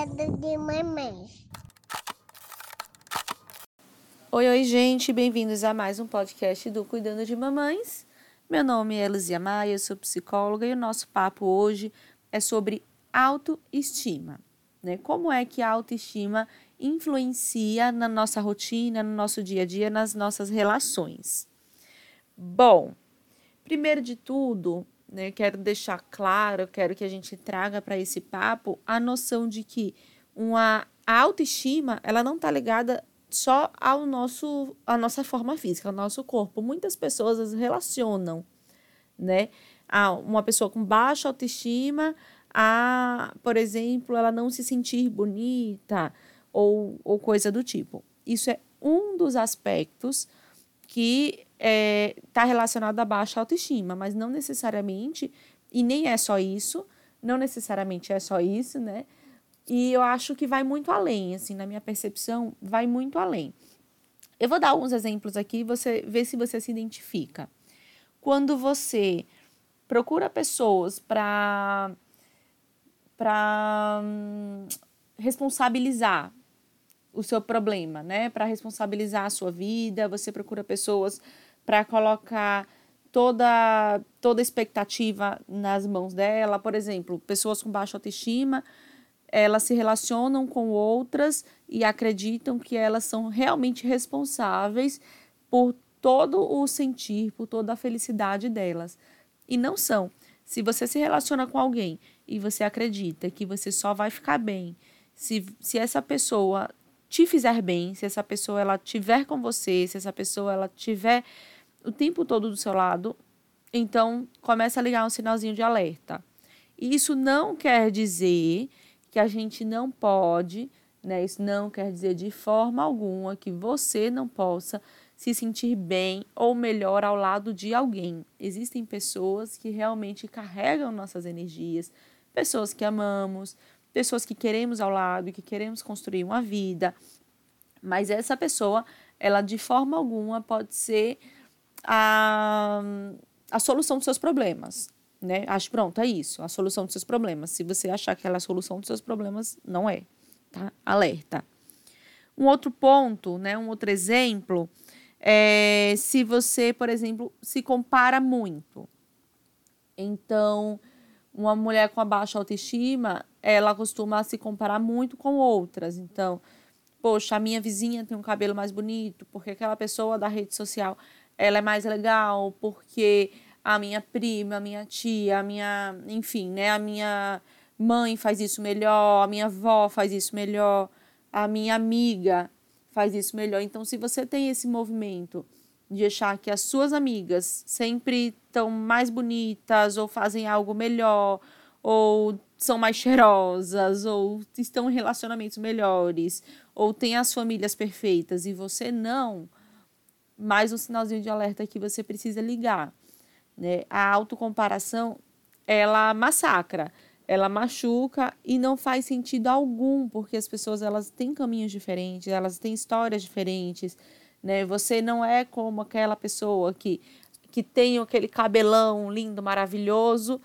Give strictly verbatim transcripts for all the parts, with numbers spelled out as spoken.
cuidado de mamães. Oi, oi, gente, bem-vindos a mais um podcast do Cuidando de Mamães. Meu nome é Luzia Maia, eu sou psicóloga e o nosso papo hoje é sobre autoestima, né? Como é que a autoestima influencia na nossa rotina, no nosso dia a dia, nas nossas relações. Bom, primeiro de tudo, né, quero deixar claro, quero que a gente traga para esse papo a noção de que uma a autoestima, ela não está ligada só ao nosso, à nossa forma física, ao nosso corpo. Muitas pessoas as relacionam, né, a uma pessoa com baixa autoestima a, por exemplo, ela não se sentir bonita ou, ou coisa do tipo. Isso é um dos aspectos que está é, relacionado à baixa autoestima, mas não necessariamente, e nem é só isso, não necessariamente é só isso, né? E eu acho que vai muito além, assim, na minha percepção, vai muito além. Eu vou dar alguns exemplos aqui, você vê se você se identifica. Quando você procura pessoas para para hum, responsabilizar o seu problema, né? Para responsabilizar a sua vida, você procura pessoas para colocar toda toda a expectativa nas mãos dela. Por exemplo, pessoas com baixa autoestima, elas se relacionam com outras e acreditam que elas são realmente responsáveis por todo o sentir, por toda a felicidade delas. E não são. Se você se relaciona com alguém e você acredita que você só vai ficar bem se, se essa pessoa te fizer bem, se essa pessoa ela tiver com você, se essa pessoa ela tiver o tempo todo do seu lado, então começa a ligar um sinalzinho de alerta. E isso não quer dizer que a gente não pode, né? Isso não quer dizer de forma alguma que você não possa se sentir bem ou melhor ao lado de alguém. Existem pessoas que realmente carregam nossas energias, pessoas que amamos, pessoas que queremos ao lado, que queremos construir uma vida, mas essa pessoa, ela de forma alguma pode ser a, a solução dos seus problemas, né? Acho, pronto, é isso, a solução dos seus problemas. Se você achar que ela é a solução dos seus problemas, não é, tá? Alerta. Um outro ponto, né, um outro exemplo, é se você, por exemplo, se compara muito. Então, uma mulher com a baixa autoestima, ela costuma se comparar muito com outras. Então, poxa, a minha vizinha tem um cabelo mais bonito, porque aquela pessoa da rede social, ela é mais legal, porque a minha prima, a minha tia, a minha, enfim, né, a minha mãe faz isso melhor, a minha avó faz isso melhor, a minha amiga faz isso melhor. Então, se você tem esse movimento de achar que as suas amigas sempre estão mais bonitas ou fazem algo melhor, ou são mais cheirosas, ou estão em relacionamentos melhores, ou têm as famílias perfeitas e você não, mais um sinalzinho de alerta que você precisa ligar, né? A autocomparação, ela massacra, ela machuca e não faz sentido algum, porque as pessoas elas têm caminhos diferentes, elas têm histórias diferentes, né? Você não é como aquela pessoa que, que tem aquele cabelão lindo, maravilhoso,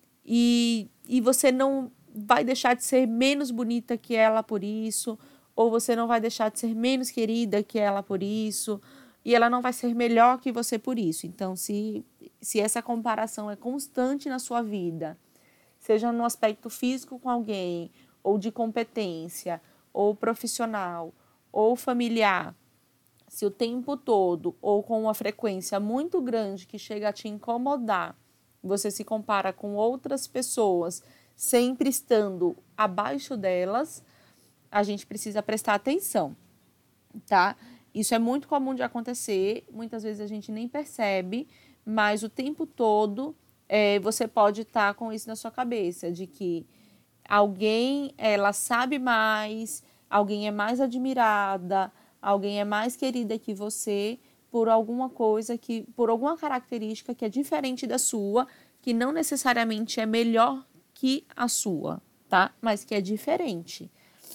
e, e você não vai deixar de ser menos bonita que ela por isso, ou você não vai deixar de ser menos querida que ela por isso, e ela não vai ser melhor que você por isso. Então, se, se essa comparação é constante na sua vida, seja no aspecto físico com alguém, ou de competência, ou profissional, ou familiar, se o tempo todo, ou com uma frequência muito grande que chega a te incomodar, você se compara com outras pessoas, sempre estando abaixo delas, a gente precisa prestar atenção, tá? Isso é muito comum de acontecer, muitas vezes a gente nem percebe, mas o tempo todo é, você pode estar com isso na sua cabeça, de que alguém, ela sabe mais, alguém é mais admirada, alguém é mais querida que você por alguma coisa, que, por alguma característica que é diferente da sua, que não necessariamente é melhor que a sua, tá? Mas que é diferente.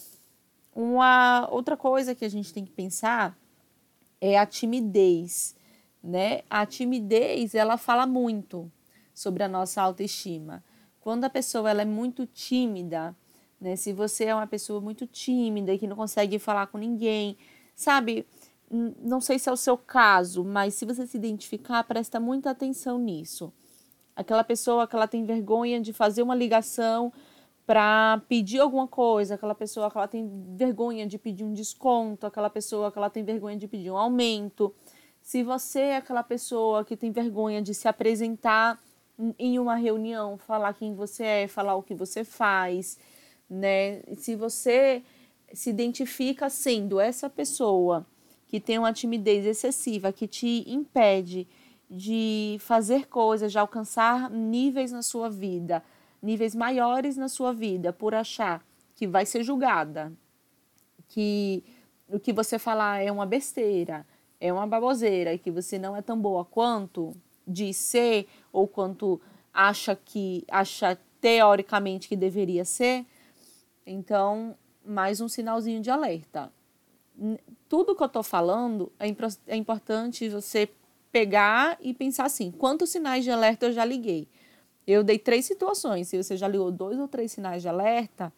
Uma outra coisa que a gente tem que pensar é a timidez, né? A timidez, ela fala muito sobre a nossa autoestima. Quando a pessoa ela é muito tímida, né? Se você é uma pessoa muito tímida e que não consegue falar com ninguém, sabe? Não sei se é o seu caso, mas se você se identificar, presta muita atenção nisso. Aquela pessoa que ela tem vergonha de fazer uma ligação para pedir alguma coisa, aquela pessoa que ela tem vergonha de pedir um desconto, aquela pessoa que ela tem vergonha de pedir um aumento. Se você é aquela pessoa que tem vergonha de se apresentar em uma reunião, falar quem você é, falar o que você faz, né? Se você se identifica sendo essa pessoa que tem uma timidez excessiva, que te impede de fazer coisas, de alcançar níveis na sua vida, níveis maiores na sua vida, por achar que vai ser julgada, que o que você falar é uma besteira, é uma baboseira, e que você não é tão boa quanto diz ser, ou quanto acha que acha teoricamente que deveria ser, então, mais um sinalzinho de alerta. Tudo que eu estou falando é, é importante você pegar e pensar assim, quantos sinais de alerta eu já liguei? Eu dei três situações, se você já ligou dois ou três sinais de alerta,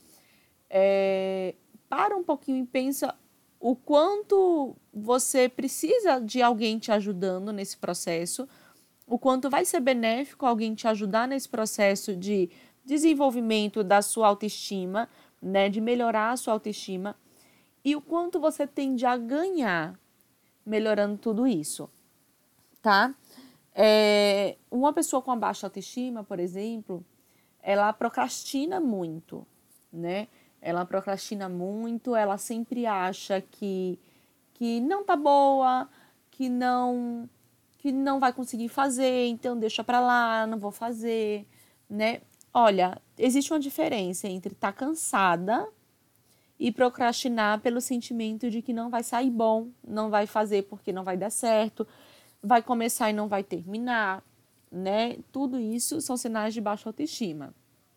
é, para um pouquinho e pensa o quanto você precisa de alguém te ajudando nesse processo, o quanto vai ser benéfico alguém te ajudar nesse processo de desenvolvimento da sua autoestima, né, de melhorar a sua autoestima, e o quanto você tende a ganhar melhorando tudo isso, tá? É, uma pessoa com a baixa autoestima, por exemplo, ela procrastina muito, né? Ela procrastina muito, ela sempre acha que, que não tá boa, que não, que não vai conseguir fazer, então deixa pra lá, não vou fazer, né? Olha, existe uma diferença entre estar cansada e procrastinar pelo sentimento de que não vai sair bom, não vai fazer porque não vai dar certo, vai começar e não vai terminar, né? Tudo isso são sinais de baixa autoestima.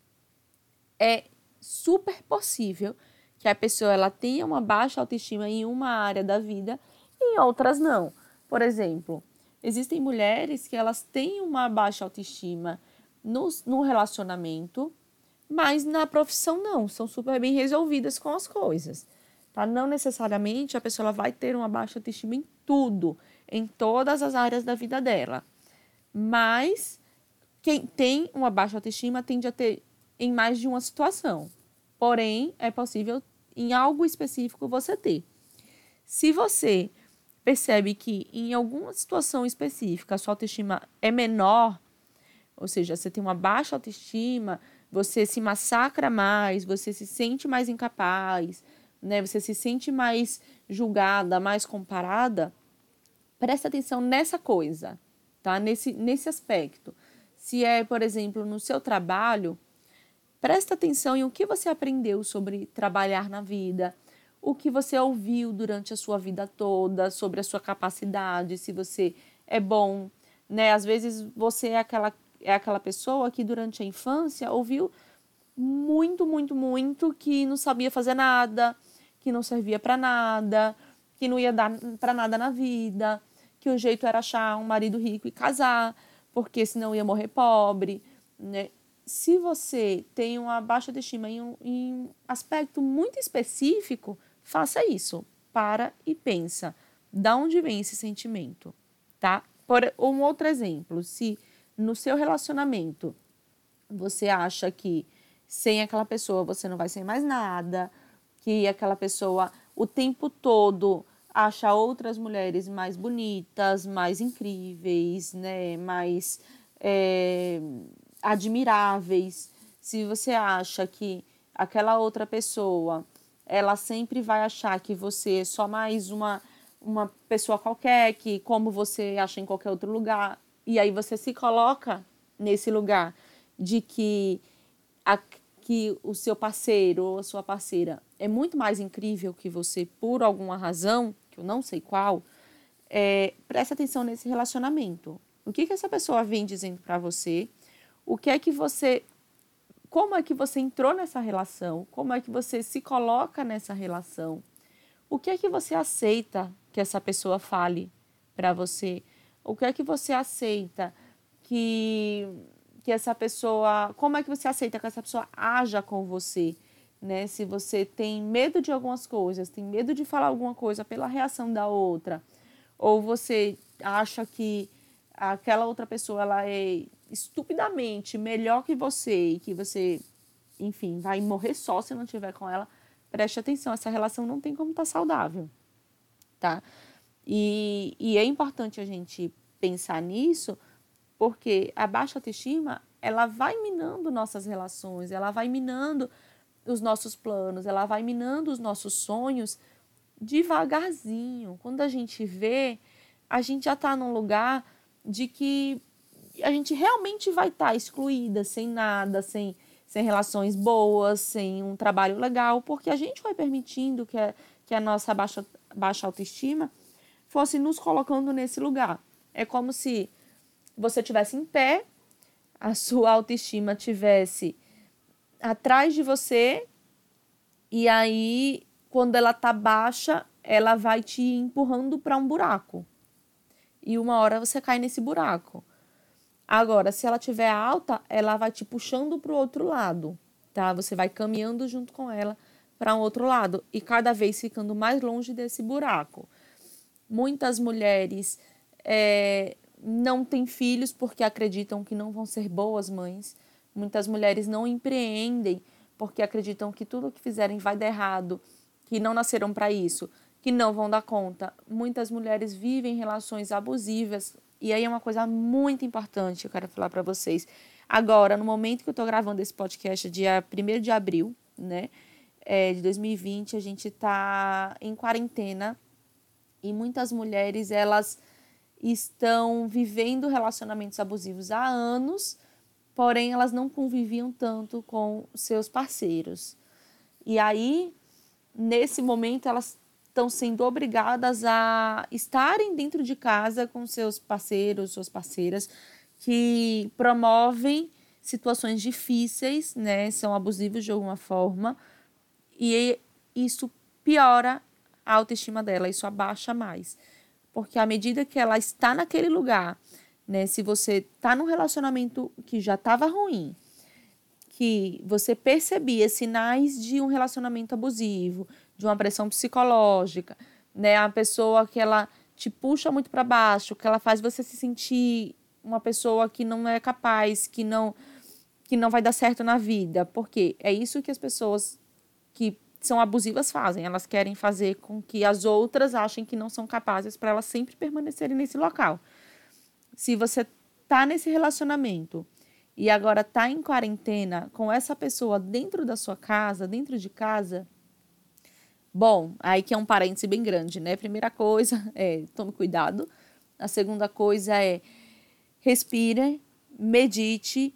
É super possível que a pessoa ela tenha uma baixa autoestima em uma área da vida e em outras não. Por exemplo, existem mulheres que elas têm uma baixa autoestima no, no relacionamento, mas na profissão não, são super bem resolvidas com as coisas. Tá? Não necessariamente a pessoa ela vai ter uma baixa autoestima em tudo, em todas as áreas da vida dela. Mas quem tem uma baixa autoestima tende a ter em mais de uma situação. Porém, é possível em algo específico você ter. Se você percebe que em alguma situação específica a sua autoestima é menor, ou seja, você tem uma baixa autoestima, você se massacra mais, você se sente mais incapaz, né? Você se sente mais julgada, mais comparada, presta atenção nessa coisa, tá? Nesse, nesse aspecto. Se é, por exemplo, no seu trabalho, presta atenção em o que você aprendeu sobre trabalhar na vida, o que você ouviu durante a sua vida toda, sobre a sua capacidade, se você é bom, né? Às vezes você é aquela, é aquela pessoa que durante a infância ouviu muito, muito, muito que não sabia fazer nada, que não servia para nada, que não ia dar para nada na vida, que o jeito era achar um marido rico e casar, porque senão ia morrer pobre, né? Se você tem uma baixa autoestima em um, em um aspecto muito específico, faça isso. Para e pensa. Da onde vem esse sentimento, tá? Por um outro exemplo, se no seu relacionamento você acha que sem aquela pessoa você não vai ser mais nada, que aquela pessoa o tempo todo acha outras mulheres mais bonitas, mais incríveis, né? Mais é, admiráveis. Se você acha que aquela outra pessoa ela sempre vai achar que você é só mais uma, uma pessoa qualquer, que como você acha em qualquer outro lugar, e aí você se coloca nesse lugar de que, a, que o seu parceiro ou a sua parceira é muito mais incrível que você por alguma razão, que eu não sei qual, é, presta atenção nesse relacionamento. O que, que essa pessoa vem dizendo para você? O que é que você... Como é que você entrou nessa relação? Como é que você se coloca nessa relação? O que é que você aceita que essa pessoa fale para você? O que é que você aceita que, que essa pessoa... Como é que você aceita que essa pessoa haja com você? né? Se você tem medo de algumas coisas, tem medo de falar alguma coisa pela reação da outra, ou você acha que aquela outra pessoa ela é estupidamente melhor que você e que você, enfim, vai morrer só se não estiver com ela, preste atenção, essa relação não tem como estar saudável, tá? E, e é importante a gente pensar nisso, porque a baixa autoestima, ela vai minando nossas relações, ela vai minando os nossos planos, ela vai minando os nossos sonhos devagarzinho. Quando a gente vê, a gente já está num lugar de que a gente realmente vai estar tá excluída, sem nada, sem, sem relações boas, sem um trabalho legal, porque a gente vai permitindo que a, que a nossa baixa, baixa autoestima fosse nos colocando nesse lugar. É como se você estivesse em pé, a sua autoestima estivesse atrás de você, e aí, quando ela tá baixa, ela vai te empurrando para um buraco. E uma hora você cai nesse buraco. Agora, se ela tiver alta, ela vai te puxando para o outro lado, tá? Você vai caminhando junto com ela para um outro lado e cada vez ficando mais longe desse buraco. Muitas mulheres é, não têm filhos porque acreditam que não vão ser boas mães. Muitas mulheres não empreendem porque acreditam que tudo o que fizerem vai dar errado, que não nasceram para isso, que não vão dar conta. Muitas mulheres vivem relações abusivas. E aí é uma coisa muito importante que eu quero falar para vocês. Agora, no momento que eu estou gravando esse podcast, dia primeiro de abril, né, é, de dois mil e vinte, a gente está em quarentena e muitas mulheres, elas estão vivendo relacionamentos abusivos há anos, porém elas não conviviam tanto com seus parceiros. E aí, nesse momento, elas estão sendo obrigadas a estarem dentro de casa com seus parceiros, suas parceiras, que promovem situações difíceis, né? São abusivos de alguma forma, e isso piora a autoestima dela, isso abaixa mais. Porque à medida que ela está naquele lugar, né? Se você está num relacionamento que já estava ruim, que você percebia sinais de um relacionamento abusivo, de uma pressão psicológica, né? A pessoa que ela te puxa muito para baixo, que ela faz você se sentir uma pessoa que não é capaz, que não, que não vai dar certo na vida. Porque é isso que as pessoas que são abusivas fazem. Elas querem fazer com que as outras achem que não são capazes para elas sempre permanecerem nesse local. Se você está nesse relacionamento e agora está em quarentena com essa pessoa dentro da sua casa, dentro de casa, bom, aí que é um parêntese bem grande, né? Primeira coisa é tome cuidado. A segunda coisa é respire, medite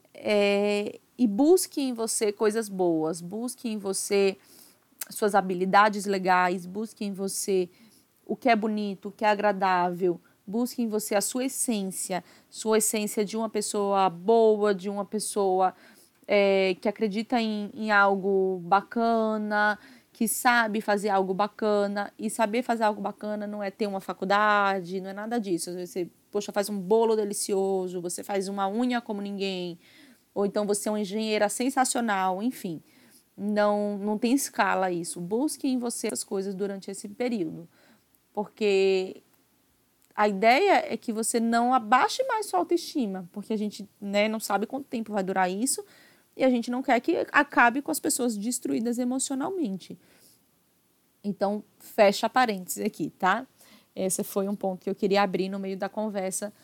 é, e busque em você coisas boas. Busque em você suas habilidades legais, busque em você o que é bonito, o que é agradável. Busque em você a sua essência, sua essência de uma pessoa boa, de uma pessoa é, que acredita em, em algo bacana, que sabe fazer algo bacana. E saber fazer algo bacana não é ter uma faculdade, não é nada disso. Você, poxa, faz um bolo delicioso, você faz uma unha como ninguém, ou então você é uma engenheira sensacional, enfim. Não, não tem escala isso. Busque em você as coisas durante esse período, porque a ideia é que você não abaixe mais sua autoestima, porque a gente, né, não sabe quanto tempo vai durar isso e a gente não quer que acabe com as pessoas destruídas emocionalmente. Então, fecha parênteses aqui, tá? Esse foi um ponto que eu queria abrir no meio da conversa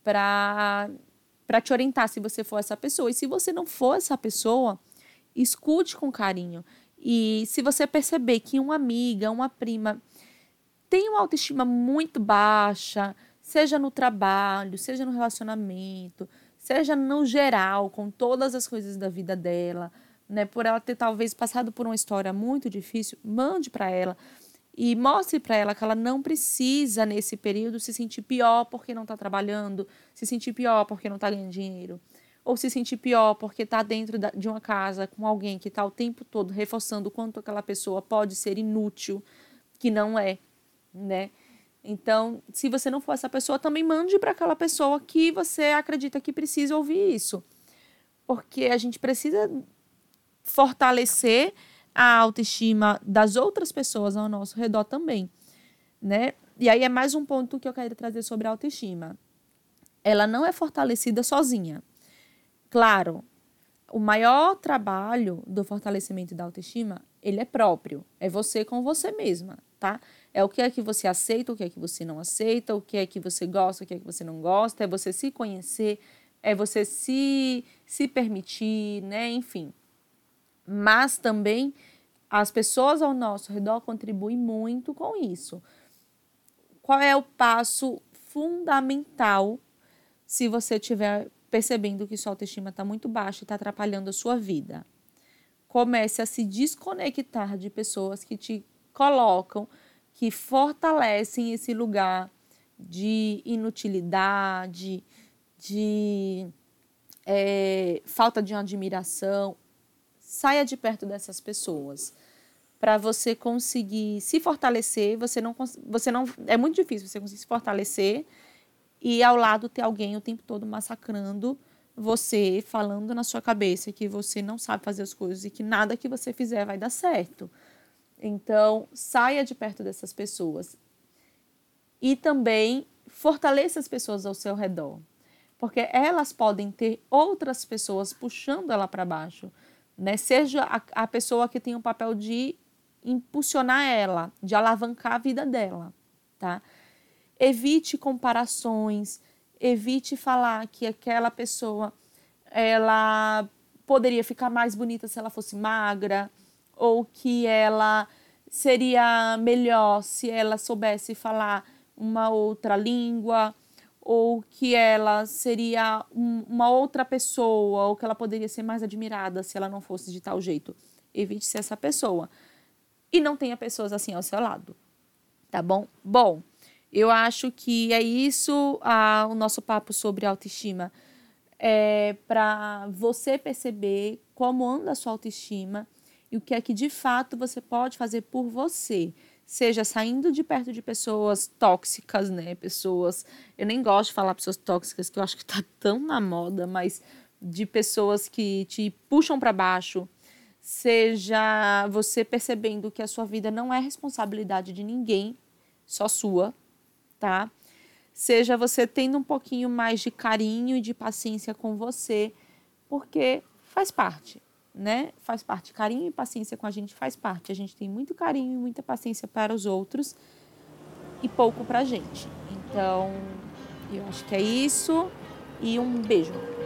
para para te orientar se você for essa pessoa. E se você não for essa pessoa, escute com carinho. E se você perceber que uma amiga, uma prima tem uma autoestima muito baixa, seja no trabalho, seja no relacionamento, seja no geral, com todas as coisas da vida dela, né? Por ela ter talvez passado por uma história muito difícil, mande para ela e mostre para ela que ela não precisa, nesse período, se sentir pior porque não está trabalhando, se sentir pior porque não está ganhando dinheiro, ou se sentir pior porque está dentro de uma casa com alguém que está o tempo todo reforçando o quanto aquela pessoa pode ser inútil, que não é. Né? Então, se você não for essa pessoa, também mande para aquela pessoa que você acredita que precisa ouvir isso. Porque a gente precisa fortalecer a autoestima das outras pessoas ao nosso redor também, né? E aí é mais um ponto que eu quero trazer sobre a autoestima. Ela não é fortalecida sozinha. Claro, o maior trabalho do fortalecimento da autoestima, ele é próprio. É você com você mesma, tá? É o que é que você aceita, o que é que você não aceita, o que é que você gosta, o que é que você não gosta. É você se conhecer, é você se, se permitir, né? Enfim. Mas também as pessoas ao nosso redor contribuem muito com isso. Qual é o passo fundamental se você estiver percebendo que sua autoestima está muito baixa e está atrapalhando a sua vida? Comece a se desconectar de pessoas que te colocam, que fortalecem esse lugar de inutilidade, de é, falta de admiração. Saia de perto dessas pessoas para você conseguir se fortalecer. Você não, você não, é muito difícil você conseguir se fortalecer e ao lado ter alguém o tempo todo massacrando você, falando na sua cabeça que você não sabe fazer as coisas e que nada que você fizer vai dar certo. Então, saia de perto dessas pessoas. E também fortaleça as pessoas ao seu redor, porque elas podem ter outras pessoas puxando ela para baixo, né? Seja a, a pessoa que tem o papel de impulsionar ela, de alavancar a vida dela, tá? Evite comparações, evite falar que aquela pessoa ela poderia ficar mais bonita se ela fosse magra, ou que ela seria melhor se ela soubesse falar uma outra língua, ou que ela seria um, uma outra pessoa, ou que ela poderia ser mais admirada se ela não fosse de tal jeito. Evite ser essa pessoa. E não tenha pessoas assim ao seu lado, tá bom? Bom, eu acho que é isso, ah, o nosso papo sobre autoestima. É para você perceber como anda a sua autoestima e o que é que de fato você pode fazer por você. Seja saindo de perto de pessoas tóxicas, né? Pessoas, eu nem gosto de falar pessoas tóxicas, que eu acho que tá tão na moda, mas de pessoas que te puxam para baixo. Seja você percebendo que a sua vida não é responsabilidade de ninguém, só sua, tá? Seja você tendo um pouquinho mais de carinho e de paciência com você, porque faz parte, né? Faz parte. Carinho e paciência com a gente faz parte. A gente tem muito carinho e muita paciência para os outros e pouco para a gente. Então, eu acho que é isso e um beijo.